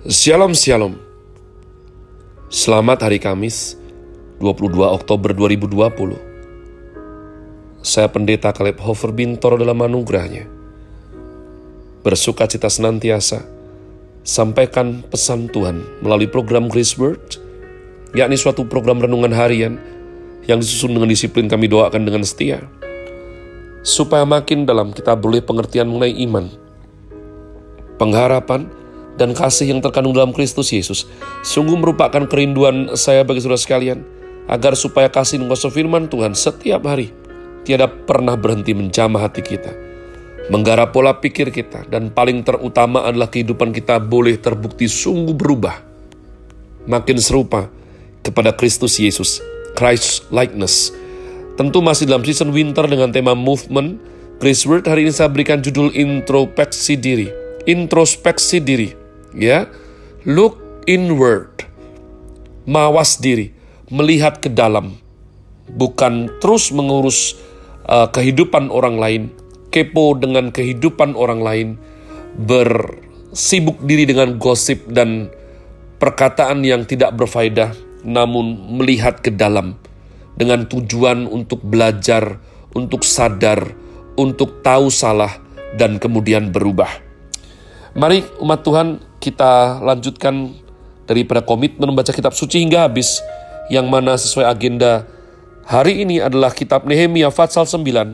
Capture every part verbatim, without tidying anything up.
Shalom Shalom. Selamat hari Kamis dua puluh dua Oktober dua ribu dua puluh. Saya Pendeta Caleb Hofer Bintoro dalam anugerahnya bersuka cita senantiasa sampaikan pesan Tuhan melalui program Grace Word, yakni suatu program renungan harian yang disusun dengan disiplin kami doakan dengan setia, supaya makin dalam kita boleh pengertian mengenai iman, pengharapan, dan kasih yang terkandung dalam Kristus Yesus. Sungguh merupakan kerinduan saya bagi saudara sekalian, agar supaya kasih dan kuasa firman Tuhan setiap hari tiada pernah berhenti menjamah hati kita, menggarap pola pikir kita, dan paling terutama adalah kehidupan kita boleh terbukti sungguh berubah, makin serupa kepada Kristus Yesus, Christ likeness. Tentu masih dalam season winter dengan tema movement. Grace Word hari ini saya berikan judul introspeksi diri. Introspeksi diri, ya, look inward, mawas diri, melihat ke dalam, bukan terus mengurus uh, kehidupan orang lain, kepo dengan kehidupan orang lain, bersibuk diri dengan gosip dan perkataan yang tidak berfaedah, namun melihat ke dalam dengan tujuan untuk belajar, untuk sadar, untuk tahu salah, dan kemudian berubah. Mari umat Tuhan kita lanjutkan daripada komitmen membaca kitab suci hingga habis, yang mana sesuai agenda hari ini adalah kitab Nehemia Fatsal sembilan.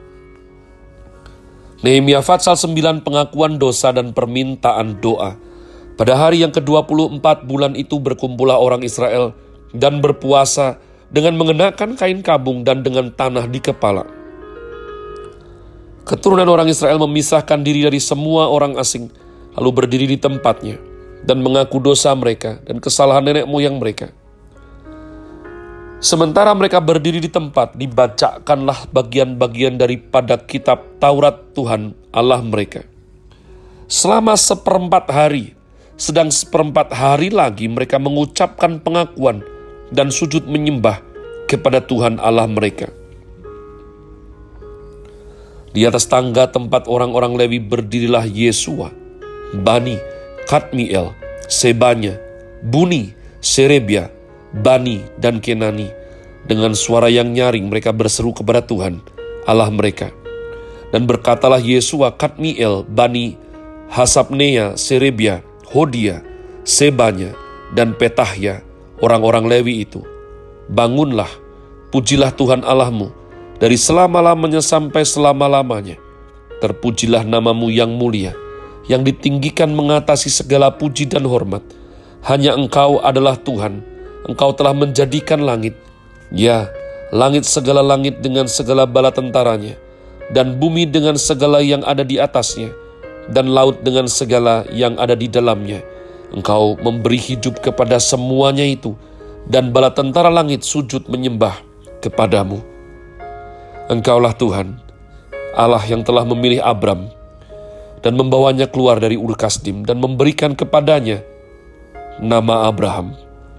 Nehemia Fatsal sembilan, pengakuan dosa dan permintaan doa. Pada hari yang ke-dua puluh empat bulan itu berkumpullah orang Israel dan berpuasa dengan mengenakan kain kabung dan dengan tanah di kepala. Keturunan orang Israel memisahkan diri dari semua orang asing, lalu berdiri di tempatnya dan mengaku dosa mereka dan kesalahan nenek moyang mereka. Sementara mereka berdiri di tempat, dibacakanlah bagian-bagian daripada kitab Taurat Tuhan Allah mereka. Selama seperempat hari, sedang seperempat hari lagi mereka mengucapkan pengakuan dan sujud menyembah kepada Tuhan Allah mereka. Di atas tangga tempat orang-orang Lewi berdirilah Yesua, Bani, Kadmiel, Sebanya, Buni, Serebia, Bani, dan Kenani. Dengan suara yang nyaring mereka berseru kepada Tuhan Allah mereka. Dan berkatalah Yesua, Kadmiel, Bani, Hasabnea, Serebia, Hodia, Sebanya, dan Petahya, orang-orang Lewi itu, bangunlah, pujilah Tuhan Allahmu dari selama-lamanya sampai selama-lamanya. Terpujilah namamu yang mulia, yang ditinggikan mengatasi segala puji dan hormat. Hanya Engkau adalah Tuhan. Engkau telah menjadikan langit, ya, langit segala langit dengan segala bala tentaranya, dan bumi dengan segala yang ada di atasnya, dan laut dengan segala yang ada di dalamnya. Engkau memberi hidup kepada semuanya itu, dan bala tentara langit sujud menyembah kepadamu. Engkaulah Tuhan, Allah yang telah memilih Abram dan membawanya keluar dari Ur Kasdim dan memberikan kepadanya nama Abraham.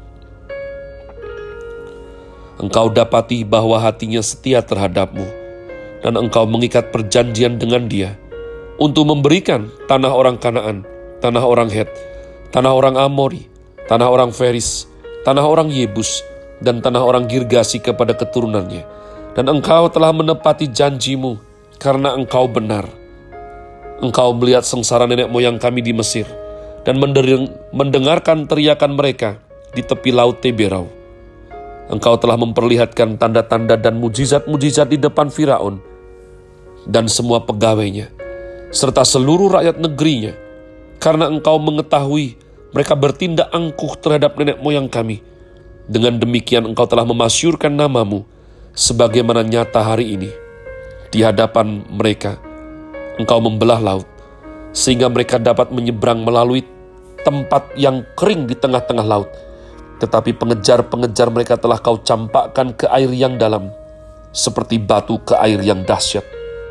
Engkau dapati bahwa hatinya setia terhadapmu, dan engkau mengikat perjanjian dengan dia untuk memberikan tanah orang Kanaan, tanah orang Het, tanah orang Amori, tanah orang Feris, tanah orang Yebus, dan tanah orang Girgasi kepada keturunannya. Dan engkau telah menepati janjimu karena engkau benar. Engkau melihat sengsara nenek moyang kami di Mesir dan mendengarkan teriakan mereka di tepi laut Teberau. Engkau telah memperlihatkan tanda-tanda dan mujizat-mujizat di depan Firaun dan semua pegawainya, serta seluruh rakyat negerinya, karena engkau mengetahui mereka bertindak angkuh terhadap nenek moyang kami. Dengan demikian engkau telah memasyurkan namamu sebagaimana nyata hari ini di hadapan mereka. Engkau membelah laut, sehingga mereka dapat menyeberang melalui tempat yang kering di tengah-tengah laut. Tetapi pengejar-pengejar mereka telah kau campakkan ke air yang dalam, seperti batu ke air yang dahsyat.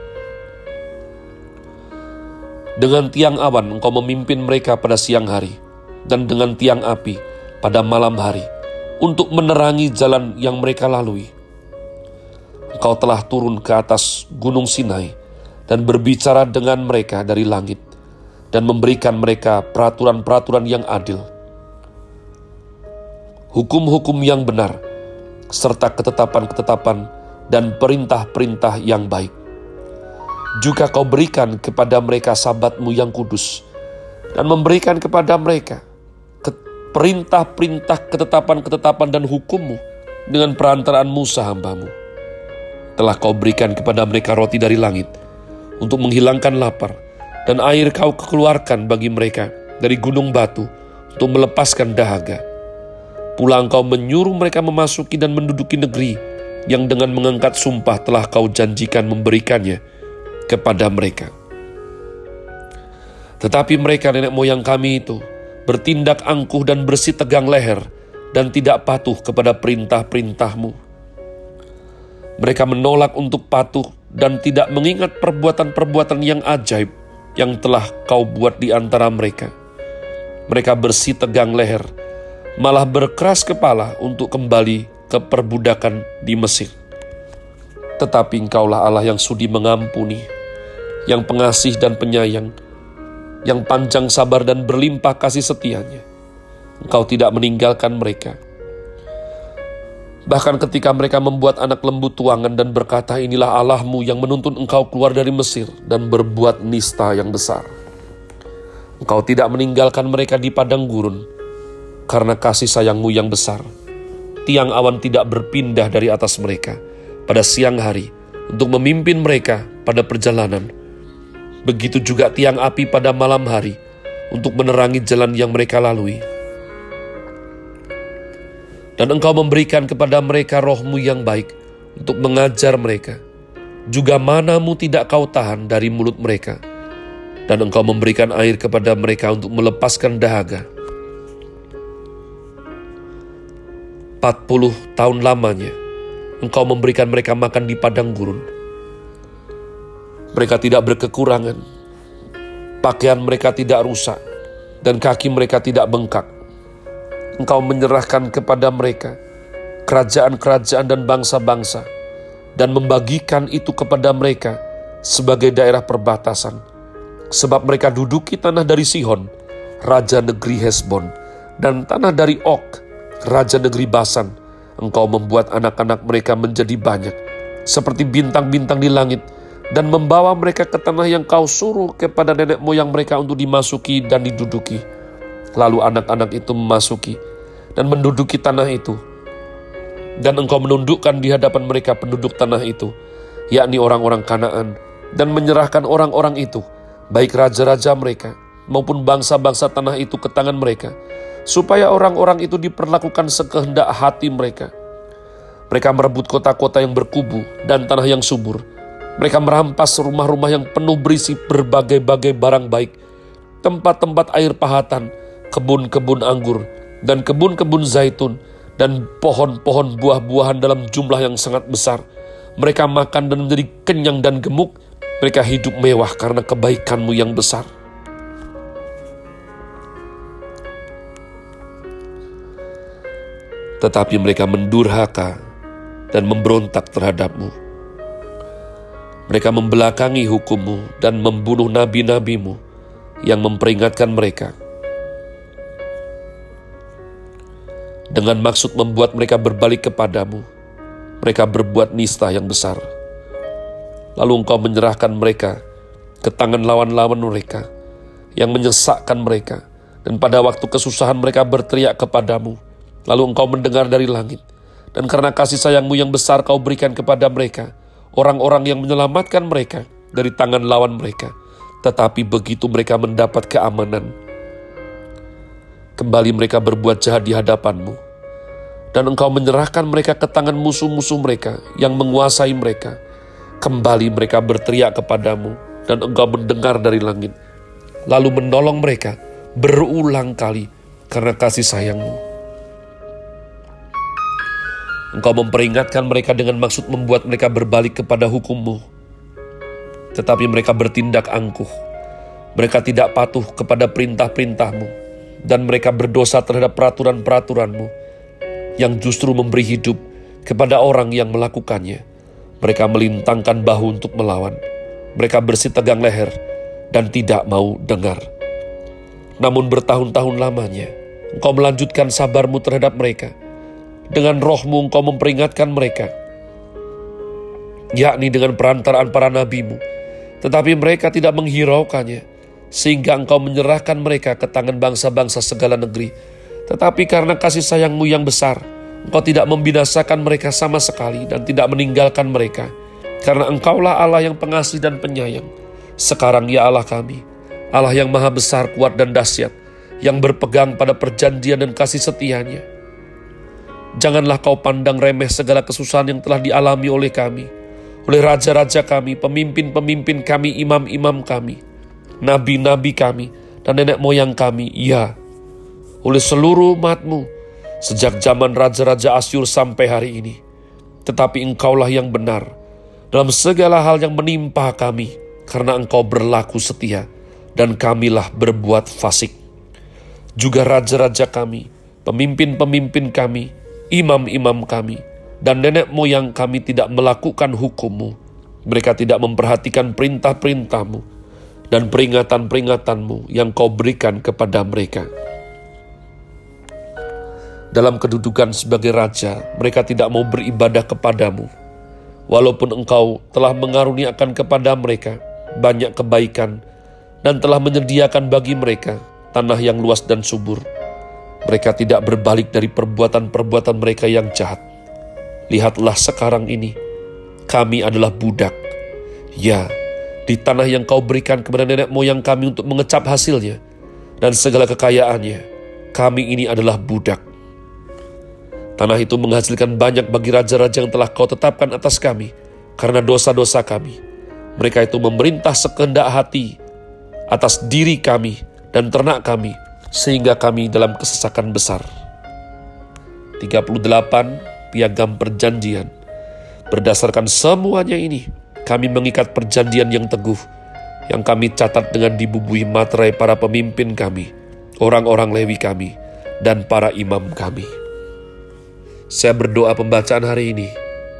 Dengan tiang awan engkau memimpin mereka pada siang hari, dan dengan tiang api pada malam hari, untuk menerangi jalan yang mereka lalui. Engkau telah turun ke atas gunung Sinai dan berbicara dengan mereka dari langit. dan memberikan mereka peraturan-peraturan yang adil, hukum-hukum yang benar, serta ketetapan-ketetapan dan perintah-perintah yang baik. Juga kau berikan kepada mereka sabat-Mu yang kudus, dan memberikan kepada mereka perintah-perintah, ketetapan-ketetapan dan hukum-Mu dengan perantaraan Musa hamba-Mu. Telah kau berikan kepada mereka roti dari langit untuk menghilangkan lapar, dan air kau keluarkan bagi mereka dari gunung batu untuk melepaskan dahaga. Pula engkau menyuruh mereka memasuki dan menduduki negeri yang dengan mengangkat sumpah telah kau janjikan memberikannya kepada mereka. Tetapi mereka nenek moyang kami itu bertindak angkuh dan bersih tegang leher dan tidak patuh kepada perintah-perintah-Mu. Mereka menolak untuk patuh dan tidak mengingat perbuatan-perbuatan yang ajaib yang telah kau buat di antara mereka. Mereka bersih tegang leher, malah berkeras kepala untuk kembali ke perbudakan di Mesir. Tetapi Engkaulah Allah yang sudi mengampuni, yang pengasih dan penyayang, yang panjang sabar dan berlimpah kasih setianya. Engkau tidak meninggalkan mereka. Bahkan ketika mereka membuat anak lembu tuangan dan berkata, inilah Allahmu yang menuntun engkau keluar dari Mesir, dan berbuat nista yang besar. Engkau tidak meninggalkan mereka di padang gurun, karena kasih sayang-Mu yang besar. Tiang awan tidak berpindah dari atas mereka pada siang hari untuk memimpin mereka pada perjalanan. Begitu juga tiang api pada malam hari untuk menerangi jalan yang mereka lalui. Dan Engkau memberikan kepada mereka roh-Mu yang baik untuk mengajar mereka. Juga mana-Mu tidak Kau tahan dari mulut mereka. Dan Engkau memberikan air kepada mereka untuk melepaskan dahaga. empat puluh tahun lamanya Engkau memberikan mereka makan di padang gurun. Mereka tidak berkekurangan, pakaian mereka tidak rusak, dan kaki mereka tidak bengkak. Engkau menyerahkan kepada mereka kerajaan-kerajaan dan bangsa-bangsa, dan membagikan itu kepada mereka sebagai daerah perbatasan. Sebab mereka duduki tanah dari Sihon, raja negeri Hesbon, dan tanah dari Og, raja negeri Basan. Engkau membuat anak-anak mereka menjadi banyak, seperti bintang-bintang di langit, dan membawa mereka ke tanah yang Kau suruh kepada nenek moyang mereka untuk dimasuki dan diduduki. Lalu anak-anak itu memasuki dan menduduki tanah itu. Dan Engkau menundukkan di hadapan mereka penduduk tanah itu, yakni orang-orang Kanaan, dan menyerahkan orang-orang itu, baik raja-raja mereka maupun bangsa-bangsa tanah itu ke tangan mereka, supaya orang-orang itu diperlakukan sekehendak hati mereka. Mereka merebut kota-kota yang berkubu dan tanah yang subur. Mereka merampas rumah-rumah yang penuh berisi berbagai-bagai barang baik, tempat-tempat air pahatan, kebun-kebun anggur, dan kebun-kebun zaitun, dan pohon-pohon buah-buahan dalam jumlah yang sangat besar. Mereka makan dan menjadi kenyang dan gemuk. Mereka hidup mewah karena kebaikan-Mu yang besar. Tetapi mereka mendurhaka dan memberontak terhadap-Mu. Mereka membelakangi hukum-Mu dan membunuh nabi-nabi-Mu yang memperingatkan mereka, dengan maksud membuat mereka berbalik kepadamu. Mereka berbuat nista yang besar. Lalu Engkau menyerahkan mereka ke tangan lawan-lawan mereka yang menyesakkan mereka, dan pada waktu kesusahan mereka berteriak kepadamu. Lalu Engkau mendengar dari langit, dan karena kasih sayang-Mu yang besar Kau berikan kepada mereka orang-orang yang menyelamatkan mereka dari tangan lawan mereka. Tetapi begitu mereka mendapat keamanan, kembali mereka berbuat jahat di hadapan-Mu, dan Engkau menyerahkan mereka ke tangan musuh-musuh mereka yang menguasai mereka. Kembali mereka berteriak kepadamu, dan Engkau mendengar dari langit, lalu menolong mereka berulang kali karena kasih sayang-Mu. Engkau memperingatkan mereka dengan maksud membuat mereka berbalik kepada hukum-Mu. Tetapi mereka bertindak angkuh. Mereka tidak patuh kepada perintah-perintah-Mu, dan mereka berdosa terhadap peraturan-peraturan-Mu yang justru memberi hidup kepada orang yang melakukannya. Mereka melintangkan bahu untuk melawan. Mereka bersih tegang leher dan tidak mau dengar. Namun bertahun-tahun lamanya, Engkau melanjutkan sabar-Mu terhadap mereka. Dengan Roh-Mu Engkau memperingatkan mereka, yakni dengan perantaraan para nabi-Mu. Tetapi mereka tidak menghiraukannya, sehingga Engkau menyerahkan mereka ke tangan bangsa-bangsa segala negeri. Tetapi karena kasih sayang-Mu yang besar, Engkau tidak membinasakan mereka sama sekali dan tidak meninggalkan mereka. Karena Engkaulah Allah yang pengasih dan penyayang. Sekarang ya Allah kami, Allah yang maha besar, kuat dan dahsyat, yang berpegang pada perjanjian dan kasih setia-Nya. Janganlah Kau pandang remeh segala kesusahan yang telah dialami oleh kami, oleh raja-raja kami, pemimpin-pemimpin kami, imam-imam kami, nabi-nabi kami, dan nenek moyang kami, ya, oleh seluruh umat-Mu, sejak zaman raja-raja Asyur sampai hari ini. Tetapi Engkaulah yang benar dalam segala hal yang menimpa kami, karena Engkau berlaku setia, dan kamilah berbuat fasik. Juga raja-raja kami, pemimpin-pemimpin kami, imam-imam kami, dan nenek moyang kami tidak melakukan hukum-Mu. Mereka tidak memperhatikan perintah-perintah-Mu dan peringatan-peringatan-Mu yang Kau berikan kepada mereka. Dalam kedudukan sebagai raja, mereka tidak mau beribadah kepada-Mu. Walaupun Engkau telah mengaruniakan kepada mereka banyak kebaikan dan telah menyediakan bagi mereka tanah yang luas dan subur, mereka tidak berbalik dari perbuatan-perbuatan mereka yang jahat. Lihatlah sekarang ini, kami adalah budak. Ya, di tanah yang Kau berikan kepada nenek moyang kami untuk mengecap hasilnya dan segala kekayaannya, kami ini adalah budak. Tanah itu menghasilkan banyak bagi raja-raja yang telah Kau tetapkan atas kami karena dosa-dosa kami. Mereka itu memerintah sekehendak hati atas diri kami dan ternak kami, sehingga kami dalam kesesakan besar. tiga puluh delapan Piagam Perjanjian. Berdasarkan semuanya ini, kami mengikat perjanjian yang teguh, yang kami catat dengan dibubui materai para pemimpin kami, orang-orang Lewi kami, dan para imam kami. Saya berdoa pembacaan hari ini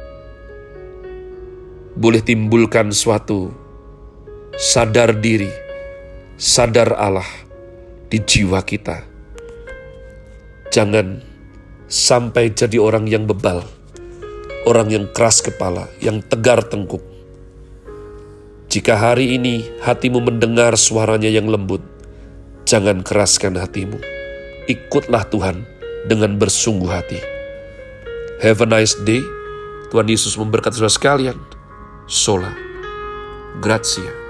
boleh timbulkan suatu sadar diri, sadar Allah di jiwa kita. Jangan sampai jadi orang yang bebal, orang yang keras kepala, yang tegar tengkuk. Jika hari ini hatimu mendengar suaranya yang lembut, jangan keraskan hatimu. Ikutlah Tuhan dengan bersungguh hati. Have a nice day. Tuhan Yesus memberkati saudara sekalian. Sola Gratia.